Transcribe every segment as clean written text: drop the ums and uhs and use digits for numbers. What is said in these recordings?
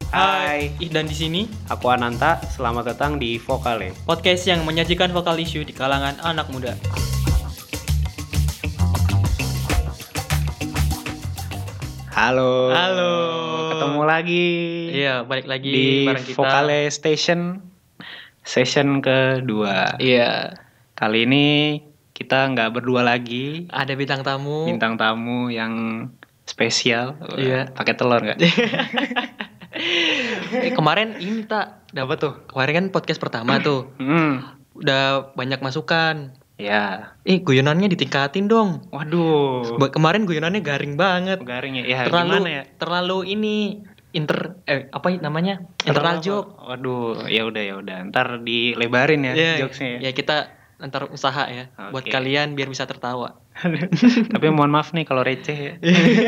Hai, Dan di sini aku Ananta. Selamat datang di Vokale. podcast yang menyajikan vokal isu di kalangan anak muda. Halo. Halo. Ketemu lagi. Iya, balik lagi di bareng kita. Vokale Station session kedua. Iya, Kali ini kita nggak berdua lagi. ada bintang tamu. Bintang tamu yang spesial. Iya. Pakai telur nggak? Kemarin ini Apa tuh? Kemarin kan podcast pertama tuh. Udah banyak masukan. Ya. Guyonannya ditingkatin dong. Waduh. Kemarin guyonannya garing banget. Garing ya. Ya gimana ya? Terlalu ini namanya? Internal joke. Waduh, ya udah. Ntar dilebarin ya jokesnya. Ya kita ntar usaha ya buat kalian biar bisa tertawa. Tapi mohon maaf nih kalau receh ya.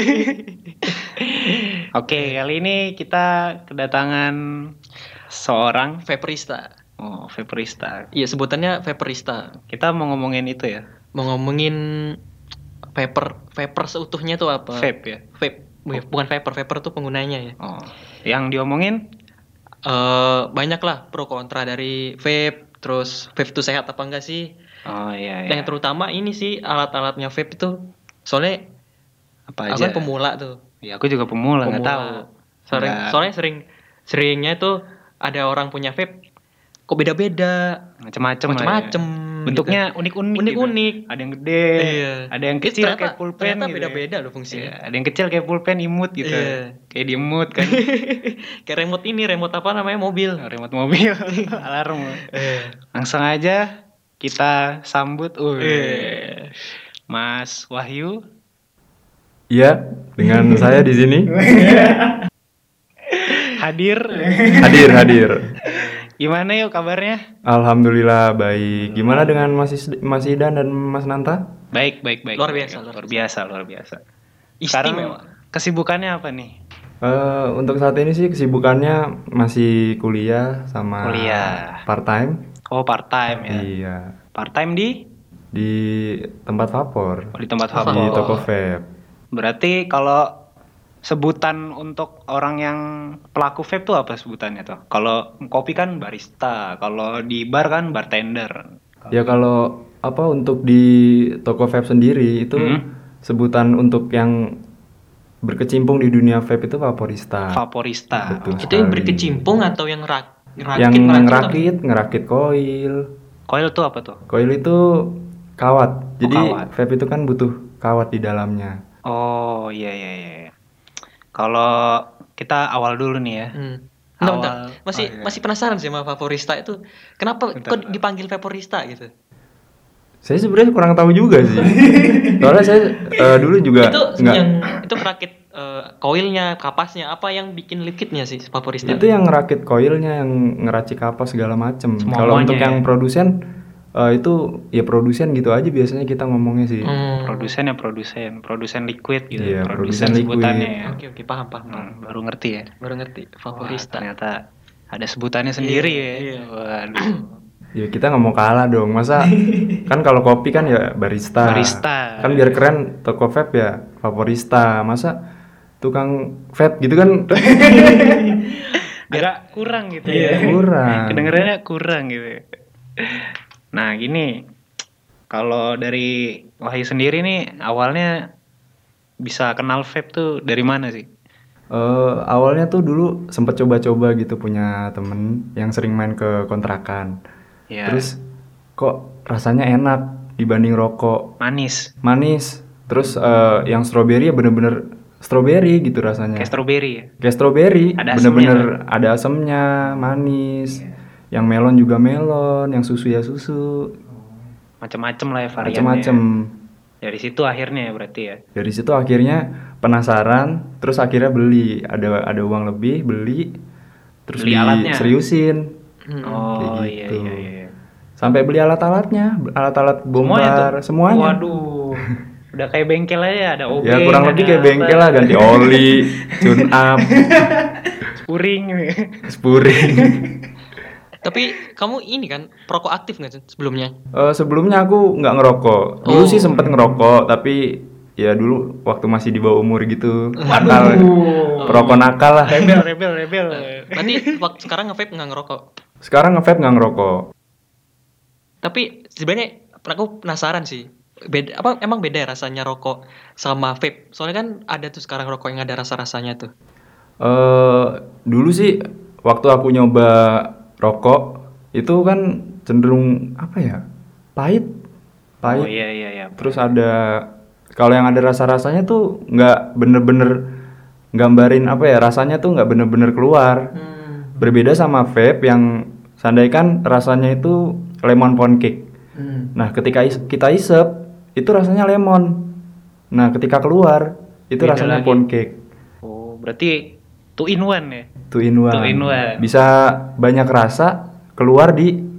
Oke, kali ini kita kedatangan seorang Vaporista. vaporista. Iya, sebutannya vaporista. Kita mau ngomongin itu ya. Mau ngomongin vapor seutuhnya tuh apa? Vape ya. Vape. Bukan vapor tuh penggunanya ya. Yang diomongin Banyak lah pro kontra dari vape. Terus vape itu sehat apa enggak sih? Iya. Dan yang terutama ini sih alat-alatnya vape itu. Soalnya apa aku aja? kan pemula tuh. Ya, aku juga pemula, nggak tahu. Soalnya seringnya tuh ada orang punya vape kok beda-beda, Macem-macem. Bentuknya gitu. Gitu. Unik-unik. Ada yang gede, ada yang kecil kayak pulpen ternyata gitu. beda-beda loh fungsinya. Iya, ada yang kecil kayak pulpen imut gitu. Iya. Kayak diemut kan. Kayak remote apa namanya mobil. Remote mobil, alarm. Langsung aja kita sambut Mas Wahyu. Iya, dengan saya di sini. Hadir. Gimana yuk kabarnya? Alhamdulillah baik. Gimana dengan Mas Idan dan Mas Nanta? Baik. Luar biasa. Sekarang Istimewa. kesibukannya apa nih? Untuk saat ini sih kesibukannya masih kuliah sama part time. Oh, part time ya. Iya. Part time di tempat vapor. di tempat Di vapor. toko vape. Berarti kalau sebutan untuk orang yang pelaku vape tuh apa sebutannya tuh? Kalau kopi kan barista, kalau di bar kan bartender. Ya kalau untuk di toko vape sendiri itu sebutan untuk yang berkecimpung di dunia vape itu vaporista. Betul Itu yang sekali. berkecimpung atau yang Yang ngerakit koil. Koil tuh apa tuh? Koil itu kawat. Jadi kawat. vape itu kan butuh kawat di dalamnya. Oh iya. Kalau kita awal dulu nih ya. Bentar. Masih penasaran sih sama vaporista itu. Kenapa kok dipanggil vaporista gitu? Saya sebenarnya kurang tahu juga sih. Soalnya saya dulu juga Itu ngerakit koilnya, kapasnya, apa yang bikin liquidnya sih vaporista? Itu yang ngerakit koilnya, yang ngeracik kapas segala macem. Semuanya Kalau untuk ya. yang produsen itu ya produsen gitu aja biasanya kita ngomongnya sih. Produsen liquid gitu. Iya, produsen liquid. Sebutannya ya. Oke, paham. Baru ngerti ya. Vaporista. Ternyata ada sebutannya sendiri ya. Iya. Waduh. Ya kita nggak mau kalah dong. Masa kan kalau kopi kan ya barista. Kan biar keren toko vape ya vaporista. Masa tukang vape gitu kan Agak kurang gitu ya. Kurang. Kedengarannya kurang gitu. Nah, gini. Kalau dari Wahyu sendiri nih awalnya bisa kenal vape tuh dari mana sih? Awalnya tuh dulu sempet coba-coba gitu, punya temen yang sering main ke kontrakan. Terus kok rasanya enak dibanding rokok. Manis. Terus yang strawberry ya bener-bener strawberry gitu rasanya. Kayak strawberry ya? Kayak strawberry. Ada bener-bener asemnya, ada asemnya, manis. Yang melon juga melon, yang susu ya susu. Macem-macem lah ya variannya. Macem-macem. Dari situ akhirnya ya berarti ya. Dari situ akhirnya penasaran, terus akhirnya beli. Ada uang lebih, beli. Terus beli alatnya. Seriusin. Oh gitu. Iya. Sampai beli alat-alatnya, alat-alat bongkar, semuanya. Waduh. Udah kayak bengkel aja, ada obeng. Ya kurang lebih kayak bengkel lah, ganti oli, tune up, spuring. Tapi kamu ini kan perokok aktif nggak sebelumnya? Sebelumnya aku nggak ngerokok. Dulu sih sempet ngerokok, tapi ya dulu waktu masih di bawah umur gitu. Nakal. Perokok nakal lah. Rebel. Berarti waktu sekarang nge-vape nggak ngerokok. Sekarang nge-vape nggak ngerokok. Tapi sebenarnya aku penasaran sih. Emang beda ya rasanya rokok sama vape? Soalnya kan ada tuh sekarang rokok yang ada rasa-rasanya tuh. Dulu sih waktu aku nyoba rokok itu kan cenderung apa ya? Pahit. Oh iya. Terus kalau yang ada rasa-rasanya tuh nggak bener-bener gambarin apa ya, rasanya tuh nggak bener-bener keluar. Berbeda sama vape yang seandainya rasanya itu lemon pound cake. Nah ketika kita isep itu rasanya lemon. Nah ketika keluar itu Beda rasanya lagi. pound cake. Oh, berarti 2 in 1 ya? 2 in 1. 2 in 1. Bisa banyak rasa keluar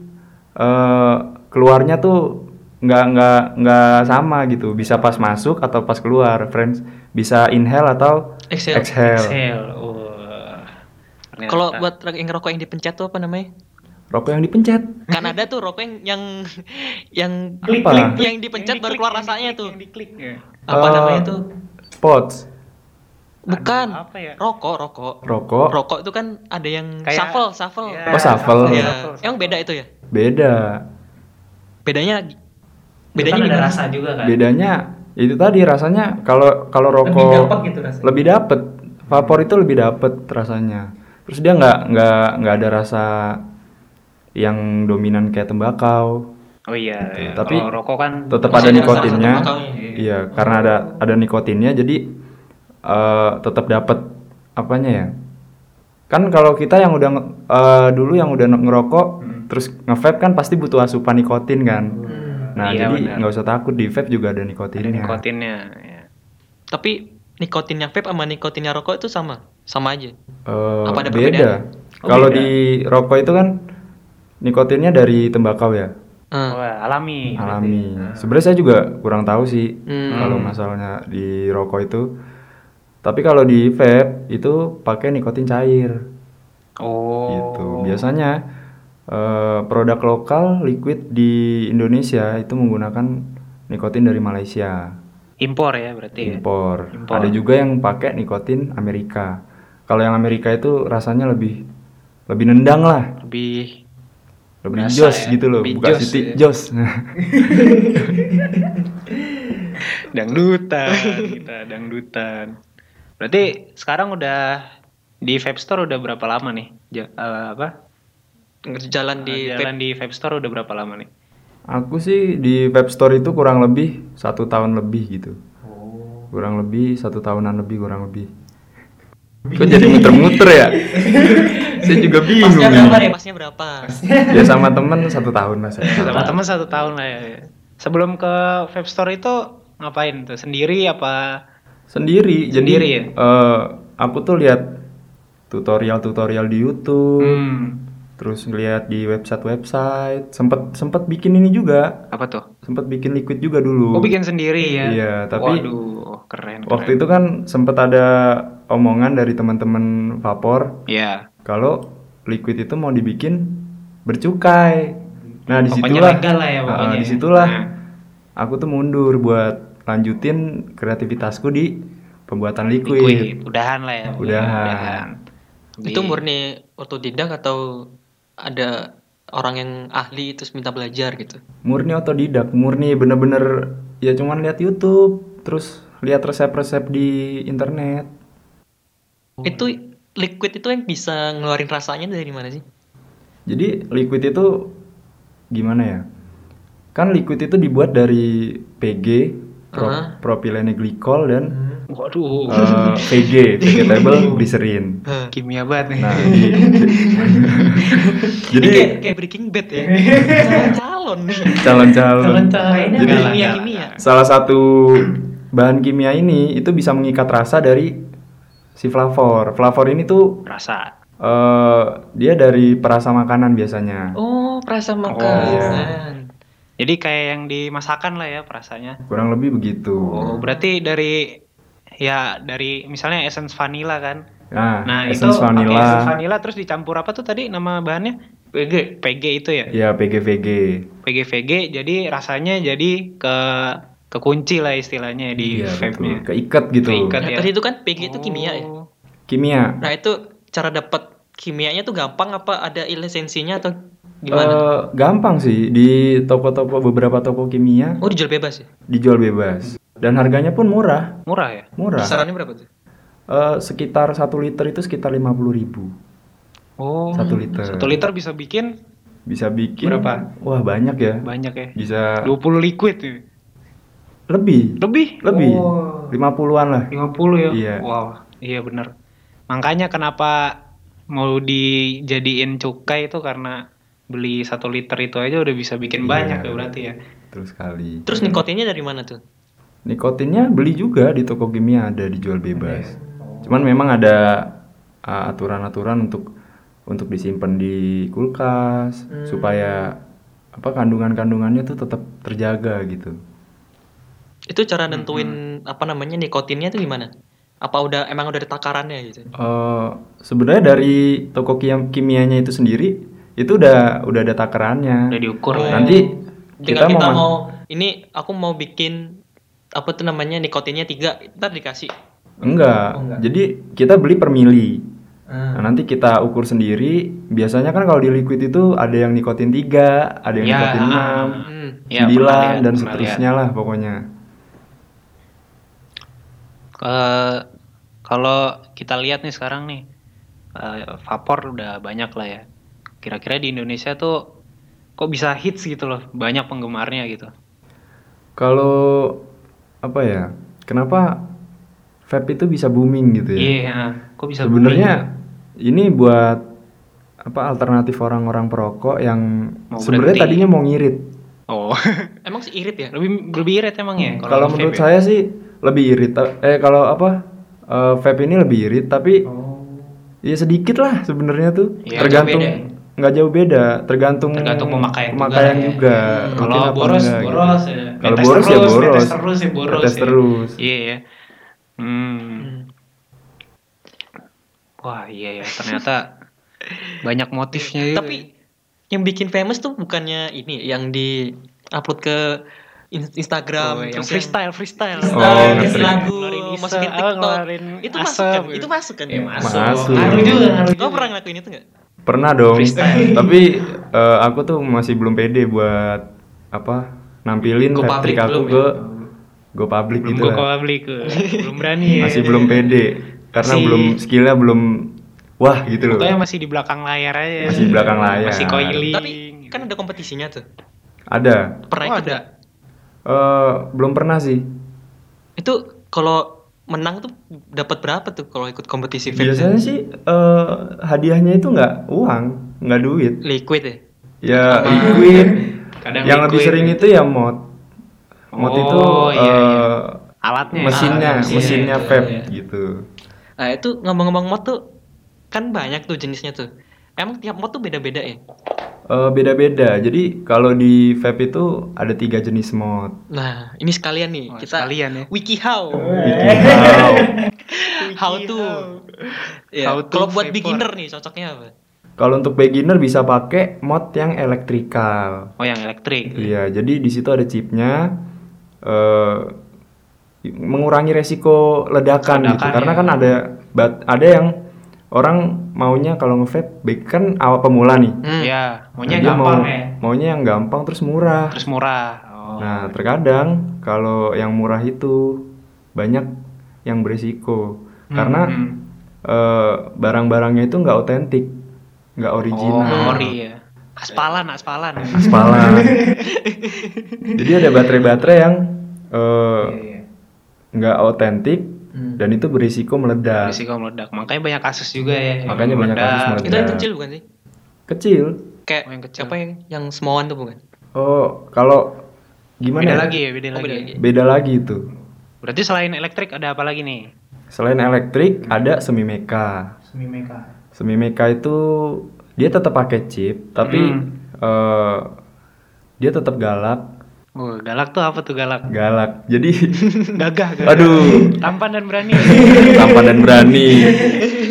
keluarnya tuh nggak sama gitu. Bisa pas masuk atau pas keluar, friends. Bisa inhale atau Exhale. Exhale. Ternyata. Kalau buat yang rokok yang dipencet tuh apa namanya? Rokok yang dipencet. Kan ada tuh rokok yang Klik, Apa? yang dipencet baru keluar rasanya tuh. Yang diklik ya. Apa namanya tuh? Pods. Bukan. Aduh, apa ya? Rokok. Rokok. Rokok itu kan ada yang Kayak- shuffle. Ya, Oh, shuffle. Iya. Emang beda itu ya? Beda. Bedanya Kan ada gimana? rasa juga kan? Bedanya itu tadi rasanya kalau rokok Lebih dapet gitu rasanya. lebih dapet. Vapor itu lebih dapet rasanya. Terus dia nggak ada rasa yang dominan kayak tembakau. Oh iya. Tapi kalau rokok kan tetap Masih ada ada nikotinnya. rasa tembakaunya. Iya, karena ada nikotinnya jadi tetap dapat apanya ya. Kan kalau kita yang udah dulu yang udah ngerokok terus nge-vape kan pasti butuh asupan nikotin kan. Nah, Iya, jadi benar. nggak usah takut di vape juga ada ada nikotinnya. nikotinnya. Ya. Tapi nikotinnya vape sama nikotinnya rokok itu sama aja. Apa ada beda. perbedaan? Oh, Kalau beda. di rokok itu kan nikotinnya dari tembakau ya, Wah, alami. alami. Sebenarnya saya juga kurang tahu sih kalau Hmm. masalahnya di rokok itu. Tapi kalau di vape itu pakai nikotin cair. Oh. Gitu. Biasanya produk lokal liquid di Indonesia itu menggunakan nikotin dari Malaysia. Impor ya berarti. Ya? Impor. Impor. Ada juga yang pakai nikotin Amerika. Kalau yang Amerika itu rasanya lebih nendang lah, Lebih lebih Berasa jos ya, gitu loh, lebih buka jos Siti ya. jos. dangdutan kita dangdutan. Berarti sekarang udah di vape store udah berapa lama nih? Jalan di vape. Jalan di vape store udah berapa lama nih? Aku sih di vape store itu kurang lebih 1 tahun lebih gitu. Kurang lebih 1 tahunan lebih kurang lebih. Kok jadi muter-muter ya? Saya juga bingung. Pasnya berapa? Ya sama temen 1 tahun lah saya. Sama teman 1 tahun lah ya. Sebelum ke vape store itu ngapain tuh? Sendiri apa? Sendiri. Sendiri Jadi ya? aku tuh lihat tutorial di YouTube. Terus ngeliat di website, sempet bikin ini juga, Apa tuh? sempet bikin liquid juga dulu. Oh bikin sendiri ya? Iya, tapi Waduh, keren. waktu itu kan sempet ada omongan dari teman-teman vapor Iya. kalau liquid itu mau dibikin bercukai. Nah Pokoknya disitulah, legal lah ya pokoknya. disitulah Nah. aku tuh mundur buat lanjutin kreativitasku di pembuatan liquid. Udahan lah ya. Udahan. Itu murni otodidak atau ada orang yang ahli terus minta belajar gitu? Murni otodidak, murni bener-bener ya cuman lihat YouTube, terus lihat resep-resep di internet. Itu liquid itu yang bisa ngeluarin rasanya dari mana sih? Jadi liquid itu gimana ya? Kan liquid itu dibuat dari PG, propylene glycol dan Waduh. VG, vegetable glycerin. Kimia banget nih. Nah, Jadi jadi kayak Breaking Bad ya. Calon. calon-calon. Jadi Jadi kimia. salah satu bahan kimia ini itu bisa mengikat rasa dari si flavor. Flavor ini tuh Rasa. dia dari perasa makanan biasanya. Oh, perasa makanan. Jadi kayak yang dimasakan lah ya perasanya. Kurang lebih begitu. Oh, berarti dari misalnya essence vanilla kan. Nah, itu essence pakai vanilla. essence vanilla terus dicampur apa tuh tadi nama bahannya? PG itu ya. Ya, PGVG. PGVG jadi rasanya jadi ke kekunci lah istilahnya di Iya, vape-nya. betul. Keikat gitu. Keikat. Nah, ya. tadi itu kan PG itu kimia ya. Oh. Kimia. Nah, itu cara dapat kimianya tuh gampang apa ada lisensinya atau gimana? Gampang sih di toko-toko, beberapa toko kimia Oh, dijual bebas ya? dijual bebas dan harganya pun murah. Murah ya? Murah. Kisarannya berapa tuh? Sekitar 1 liter itu sekitar 50.000. Oh. 1 liter. 1 liter bisa bikin Bisa bikin Berapa? Wah, banyak ya. banyak ya. Bisa 20 liquid ya. lebih. Lebih? Lebih. Oh. 50-an lah. 50 ya? Iya. Wow, iya bener. Makanya kenapa mau dijadiin cukai itu karena beli 1 liter itu aja udah bisa bikin Iya. banyak ya berarti ya. Betul sekali. Terus nikotinnya dari mana tuh? Nikotinnya beli juga di toko kimia, ada dijual bebas. Cuman memang ada aturan-aturan untuk disimpan di kulkas supaya kandungan-kandungannya tuh tetap terjaga gitu. Itu cara nentuin apa namanya nikotinnya tuh gimana? Apa emang udah ada takarannya gitu? Sebenarnya dari toko kimianya itu sendiri itu udah ada takarannya. Udah diukur Oh. lah ya. Nanti Tinggal kita mas- mau ini aku mau bikin apa tuh namanya nikotinnya 3, ntar dikasih. Enggak. Oh, enggak. Jadi kita beli per mili. Nah, nanti kita ukur sendiri. Biasanya kan kalau di liquid itu ada yang nikotin 3, ada yang Ya, nikotin 6, Ya, 9 pernah lihat, dan pernah seterusnya lah pokoknya. Kalau kita lihat nih sekarang nih, vapor udah banyak lah ya. Kira-kira di Indonesia tuh kok bisa hits gitu loh, banyak penggemarnya gitu. Kalau apa ya? Kenapa vape itu bisa booming gitu ya? Iya, kok bisa Sebenarnya ini buat alternatif orang-orang perokok yang Mau sebenarnya berhenti. tadinya mau ngirit. booming? Oh, Emang sih irit ya? lebih irit emang ya? Kalau vape menurut ya? saya sih lebih irit. Kalau vape ini lebih irit, tapi ya sedikit lah sebenarnya tuh. Iya, Tergantung jauh beda ya? nggak jauh beda, tergantung pemakaian juga. Mungkin Kalau apa boros, enggak gitu. boros ya. Kalau Netes boros ya terus, boros. netes terus ya boros. Netes ya. terus. Iya ya. Wah iya ya, ternyata banyak motifnya juga. Tapi yang bikin famous tuh bukannya ini yang di upload ke Instagram yang terus freestyle. Oh, ngisi ngerti. lagu Ngeluarin masukin iseng, TikTok ngeluarin itu masuk asap kan? gitu. Itu masuk kan? Iya, Masuk. Ngaruh juga. Lo pernah ngelakuin itu nggak? Pernah dong. Freestyle. Tapi aku tuh masih belum pede buat nampilin Go hat trick public aku belum ke go public Belum gitu gue lah. publik, belum berani ya. Masih belum pede karena Masih- skillnya belum wah gitu loh. Pokoknya masih di belakang layar aja. Masih di belakang layar. Masih coiling. Tapi kan ada kompetisinya tuh. Ada. Pernah Oh, ikut ada. nggak? Belum pernah sih. Itu kalau menang tuh dapat berapa tuh kalau ikut kompetisi vape? Biasanya sih hadiahnya itu nggak uang, nggak duit. Liquid ya? Ya liquid. Kadang Yang lebih liquid sering ya. itu ya mod. Mod itu iya, iya. Alatnya. mesinnya, mesinnya, mesinnya iya, vape iya. gitu. Nah itu ngomong-ngomong mod tuh kan banyak tuh jenisnya tuh. Emang tiap mod tuh beda-beda ya? Beda-beda. Jadi kalau di vape itu ada 3 jenis mod. Nah ini sekalian nih Oh, kita sekalian ya. wiki how, Wow. how to. Ya, How to kalau buat vapor. beginner nih cocoknya apa? Kalau untuk beginner bisa pakai mod yang elektrikal. Oh yang elektrik. Iya, jadi di situ ada chipnya, mengurangi resiko ledakan gitu. Ledakan, Karena ya. kan ada yang orang maunya kalau nge-vape kan awal pemula nih. Ya, maunya Nah, dia gampang mau- ya. Maunya yang gampang terus murah. Terus murah. Oh. Nah, terkadang kalau yang murah itu banyak yang berisiko. Karena barang-barangnya itu nggak otentik, nggak original. Oh, ori ya. Aspalan. Aspalan. Jadi ada baterai-baterai yang nggak otentik dan itu berisiko meledak. Risiko meledak. Makanya banyak kasus juga ya. Makanya banyak kasus meledak. Itu yang kecil bukan sih? Kecil. Kayak Oh, yang kecil. apa yang semuawan tuh bukan? Oh, kalau gimana? Beda ya? lagi ya, beda Oh, lagi. beda lagi. Beda lagi itu. Berarti selain elektrik ada apa lagi nih? Selain elektrik ada semi meka. Semi meka itu dia tetap pakai chip, tapi dia tetap galak. Oh, galak tuh apa tuh galak? Galak. Jadi Gagah. aduh, Tampan dan berani. tampan dan berani.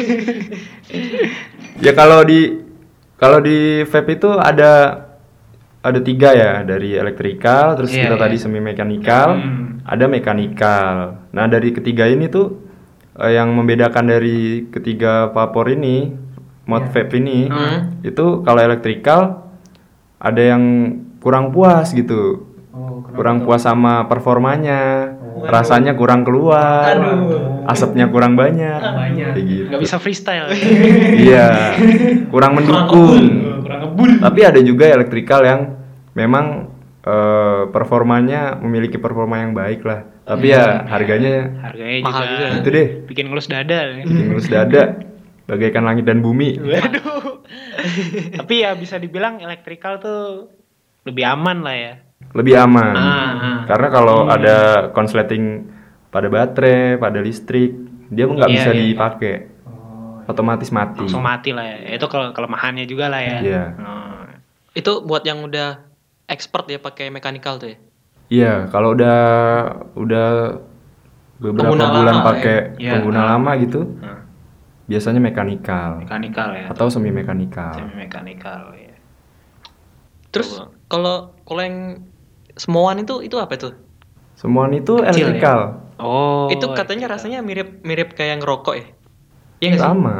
Ya kalau di vape itu ada ada 3 ya, dari elektrikal, terus Iya, kita iya. tadi semi mekanikal, ada mekanikal. Nah dari ketiga ini tuh yang membedakan dari ketiga vapor ini, mod vape ini, itu kalau elektrikal ada yang kurang puas gitu, kurang puas sama performanya, rasanya kurang keluar, asapnya kurang banyak, kayak gitu. Nggak bisa freestyle. Iya, kurang mendukung. Kurang ngebul. Tapi ada juga elektrikal yang memang performanya memiliki performa yang baik lah. Tapi ya harganya Harganya Mahal juga. juga. itu deh, Bikin ngelus dada. bikin ngelus dada, bagaikan langit dan bumi. Waduh. Tapi ya bisa dibilang elektrikal tuh lebih aman lah ya. Lebih aman. Karena kalau Hmm. ada konsleting pada baterai, pada listrik, dia nggak Iya, bisa iya. dipakai. Otomatis mati. Langsung mati lah ya. Itu kelemahannya juga lah ya. Iya. Oh. Itu buat yang udah expert ya pakai mechanical tuh ya. Iya, kalau udah beberapa Pengguna bulan lama, pakai ya. pengguna lama gitu, Nah, biasanya mekanikal mekanikal ya. atau semi mekanikal. Semi mekanikal ya. Terus kalau yang semuaan itu apa tuh? Semuaan itu Kecil elektrikal. Oh. Itu katanya rasanya mirip kayak ngerokok ya. Iya nggak sih? Sama.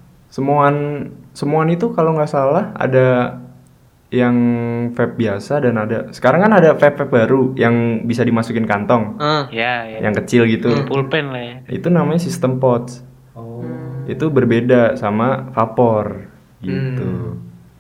Semuaan itu kalau nggak salah ada yang vape biasa dan ada sekarang kan ada vape baru yang bisa dimasukin kantong, Ya, ya. yang kecil gitu. Pulpen lah ya. Itu namanya system pouch. Itu berbeda sama vapor gitu.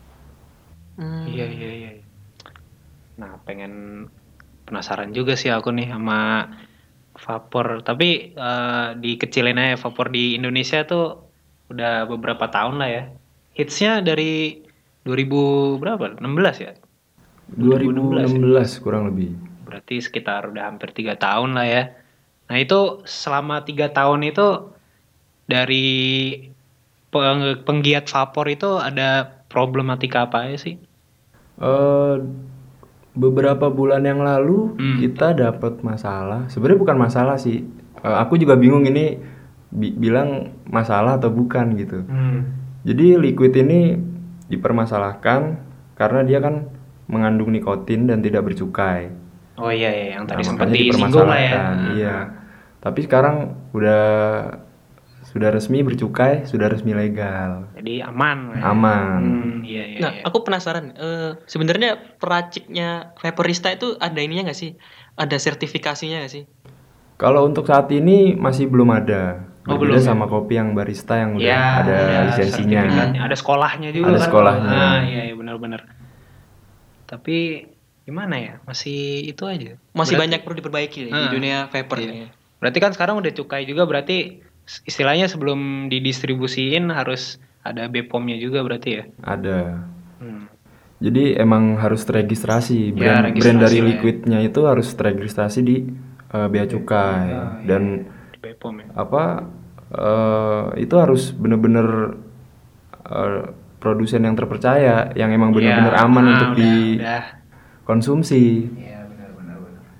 Iya, iya, iya. Nah, pengen penasaran juga sih aku nih sama vapor. Tapi dikecilin aja vapor di Indonesia tuh udah beberapa tahun lah ya. Hitsnya dari 2000 berapa? 16 ya? 2016 kurang lebih. Berarti sekitar udah hampir 3 tahun lah ya. Nah itu selama 3 tahun itu dari penggiat vapor itu ada problematika apa aja sih? Eh, beberapa bulan yang lalu kita dapat masalah. Sebenarnya bukan masalah sih. Aku juga bingung ini bilang masalah atau bukan gitu. Jadi liquid ini dipermasalahkan karena dia kan mengandung nikotin dan tidak bercukai. Oh iya, iya yang tadi Nah, sempat makanya disinggung lah ya. dipermasalahkan. Iya. Tapi sekarang sudah resmi bercukai, sudah resmi legal. Jadi aman lah ya. Aman. Iya, iya. Nah, iya. aku penasaran. Sebenarnya peraciknya Vaporista itu ada ininya nggak sih? Ada sertifikasinya nggak sih? Kalau untuk saat ini masih belum ada. Oh, Berbeda belum ya? sama kopi yang barista yang udah Ya, ada lisensinya. sertifikatnya. Ada sekolahnya juga Ada kan. sekolahnya. Ah, iya, iya benar-benar. Tapi gimana ya? Masih itu aja. Masih Berarti- banyak perlu diperbaiki ya di dunia vapor Iya. ini. Berarti kan sekarang udah cukai juga, berarti istilahnya sebelum didistribusiin harus ada BPOM-nya juga berarti ya? Ada. Hmm. Jadi emang harus teregistrasi. Ya, Brand dari registrasi lah ya. liquidnya itu harus teregistrasi di bea cukai. Dan Di BPOM ya? itu harus bener-bener produsen yang terpercaya, yang emang bener-bener Ya, aman untuk udah. dikonsumsi. Iya benar-benar.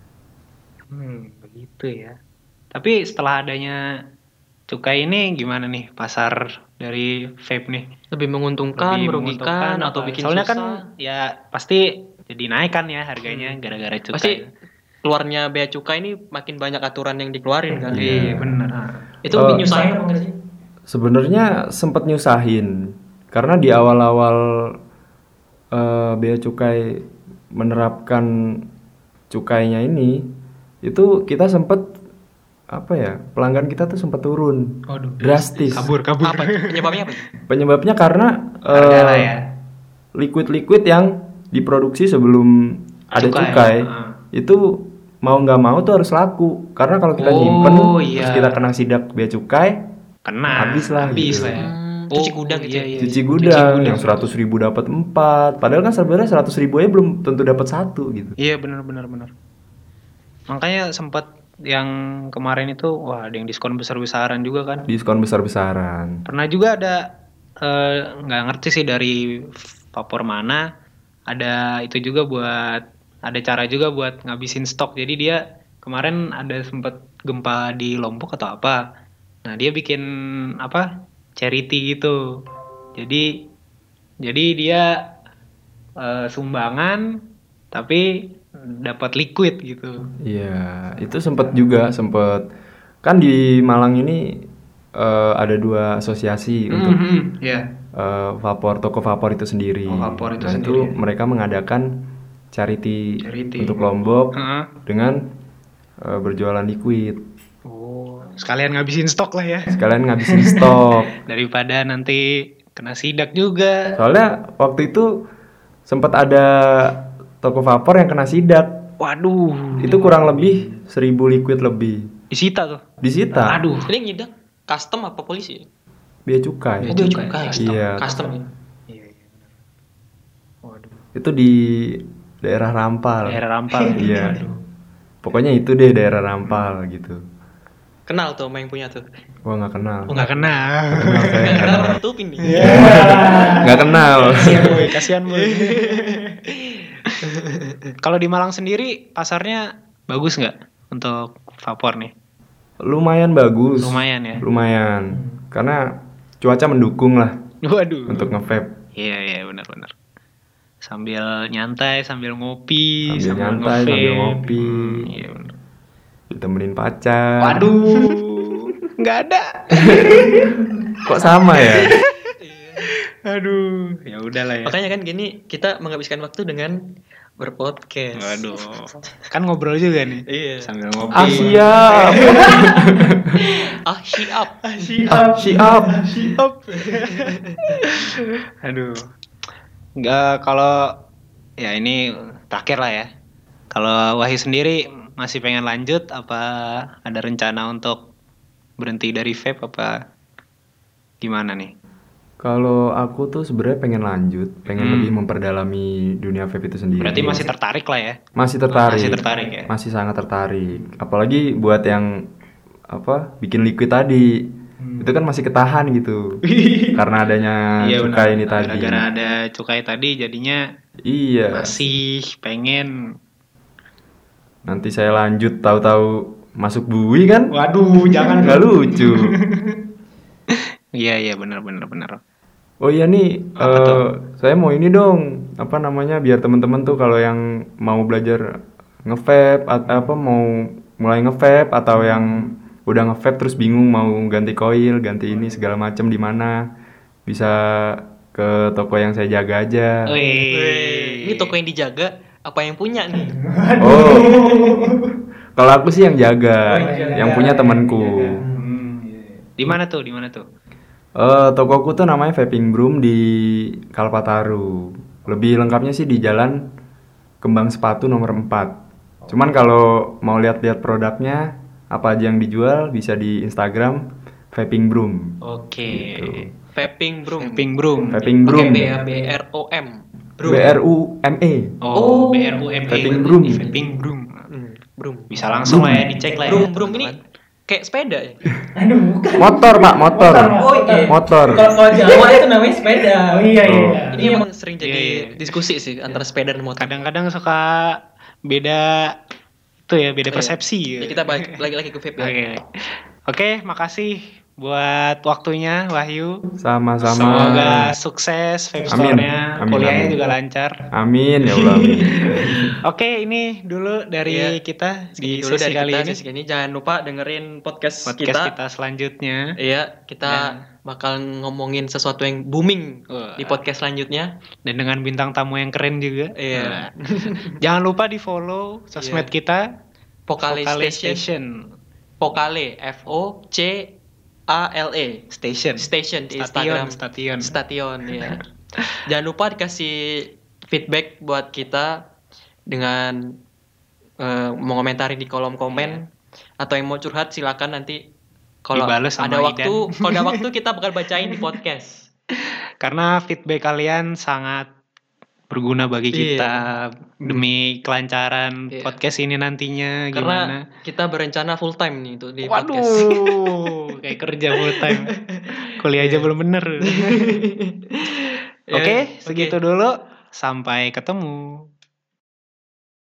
Begitu ya. Tapi setelah adanya cukai ini gimana nih pasar dari vape nih? Lebih menguntungkan, Lebih merugikan, atau apa? bikin Soalnya susah? kan ya pasti jadi naik kan ya harganya gara-gara cukai. Pasti keluarnya bea cukai ini makin banyak aturan yang dikeluarin kan. Iya benar. Itu nyusahin apa enggak sih? Sebenarnya sempat nyusahin karena di awal-awal bea cukai menerapkan cukainya ini, itu kita sempat apa ya, pelanggan kita tuh sempat turun. Waduh. Drastis. Kabur. Apa? Penyebabnya apa? Penyebabnya karena Harga lah ya. liquid-liquid yang diproduksi sebelum ada Cukai. cukai itu mau nggak mau tuh harus laku, karena kalau kita nyimpen terus iya. kita kena sidak bea cukai, Kena. Habis lah gitu. ya. Cuci gudang gitu ya? iya. cuci gudang yang 100.000 dapat 4, padahal kan sebenarnya 100.000 aja belum tentu dapat 1 gitu. Iya benar. Makanya sempat yang kemarin itu wah ada yang diskon besar-besaran juga kan. Diskon besar-besaran. Pernah juga ada nggak ngerti sih dari vapor mana ada itu juga ada cara juga buat ngabisin stok. Jadi dia kemarin ada sempat gempa di Lombok atau apa. Nah dia bikin apa charity gitu. Jadi dia sumbangan tapi dapat liquid gitu. Iya, itu sempet kan di Malang ini ada 2 asosiasi untuk Ya. toko vapor itu sendiri. Oh, vapor itu Nah, sendiri. itu mereka mengadakan charity Charity. untuk Lombok Heeh. dengan berjualan liquid. Oh, sekalian ngabisin stok lah ya. Sekalian ngabisin stok. Daripada nanti kena sidak juga. Soalnya waktu itu sempat ada toko vapor yang kena sidak. Waduh, Itu kurang lebih 1.000 liquid lebih. disita tuh. Disita. Aduh. Ini ngidak custom apa polisi? Bea cukai. Oh, bea cukai. Iya. Custom ya. Iya, iya. Waduh. Itu di daerah Rampal. Daerah Rampal. Iya. Pokoknya itu deh daerah Rampal gitu. Kenal tuh sama yang punya tuh. Gua nggak kenal. Nggak kenal. Nggak kenal tutupin nih. Nggak kenal. Kasihan boy. Kalau di Malang sendiri pasarnya bagus nggak untuk vapor nih? Lumayan bagus. Lumayan ya. Lumayan. Karena cuaca mendukung lah Waduh. untuk nge-vape. Iya iya benar-benar. Sambil nyantai, sambil ngopi, Sambil nyantai, nge-vape. sambil ngopi. Iya benar. Ditemenin pacar. Waduh, nggak ada. Kok sama ya? Aduh, ya udahlah ya. Makanya kan gini kita menghabiskan waktu dengan berpodcast. Waduh, kan ngobrol juga nih. Iya. Sambil ngopi. Ah siap. Siap. Ah siap. Aduh. Nggak, kalau ya ini terakhir lah ya. Kalau Wahyu sendiri masih pengen lanjut apa ada rencana untuk berhenti dari vape apa gimana nih? Kalau aku tuh sebenarnya pengen lanjut, pengen lebih memperdalami dunia vape itu sendiri. Berarti masih tertarik lah ya? Masih tertarik. Masih tertarik ya? Masih sangat tertarik. Apalagi buat yang bikin liquid tadi. Itu kan masih ketahan gitu. Karena adanya Iya cukai benar. ini tadi. Gara-gara ada cukai tadi jadinya Iya. masih pengen. Nanti saya lanjut tahu-tahu masuk bui kan? Waduh, jangan. Nggak lucu. Iya benar. Oh iya nih, Apa tuh? saya mau ini dong, biar teman-teman tuh kalau yang mau belajar nge-vape atau mau mulai nge-vape atau yang udah nge-vape terus bingung mau ganti koil, ganti ini segala macam di mana, bisa ke toko yang saya jaga aja. Wih. Ini toko yang dijaga apa yang punya nih? Oh, kalau aku sih yang jaga, yang punya temanku. Di mana tuh? Tokoku tuh namanya Vaping Broom di Kalpataru. Lebih lengkapnya sih di Jalan Kembang Sepatu nomor 4. Cuman kalau mau lihat-lihat produknya, apa aja yang dijual bisa di Instagram Vaping Broom. Oke. Gitu. Vaping Broom. Vaping Broom. Vaping Pakai Broom. B ya, BROM. BRUME. Oh, BRUME. Vaping Broom. Vaping Broom. Broom. Bisa langsung lah ya dicek lah ya. Broom ini kayak sepeda ya. Aduh, bukan. Motor, Pak, motor. Oh, iya. Motor. Kalau Jawa itu namanya sepeda. Oh iya iya. Oh. Ini emang sering jadi Iya. diskusi sih antara sepeda dan motor. Kadang-kadang suka beda itu ya, beda persepsi. Ya, kita balik lagi ke vape ya. Oke. Oke, makasih buat waktunya Wahyu. Sama-sama. Semoga sukses vape Amin. store-nya, Amin, kuliahnya amin. juga lancar. Amin ya Allah. Amin. Oke, ini dulu dari Iya. kita di Dulu sesi dari kali kita ini. sesi ini jangan lupa dengerin podcast Kita selanjutnya. Iya, kita bakal ngomongin sesuatu yang booming Wah. di podcast selanjutnya. Dan dengan bintang tamu yang keren juga. Iya. Nah, jangan lupa di follow sosmed Iya. kita. Vokale Station. Vokale Vocale Station di Instagram. Station ya. Jangan lupa dikasih feedback buat kita dengan mau komentarin di kolom komen atau yang mau curhat silakan nanti kalau Dibales sama ada Idan. kalau ada waktu kita bakal bacain di podcast. Karena feedback kalian sangat berguna bagi Iya. kita demi kelancaran Iya. podcast ini nantinya gimana. Karena kita berencana full time nih untuk di podcast. Waduh, kayak kerja full time. Kuliah aja belum bener. Ya, Oke, segitu dulu. Sampai ketemu.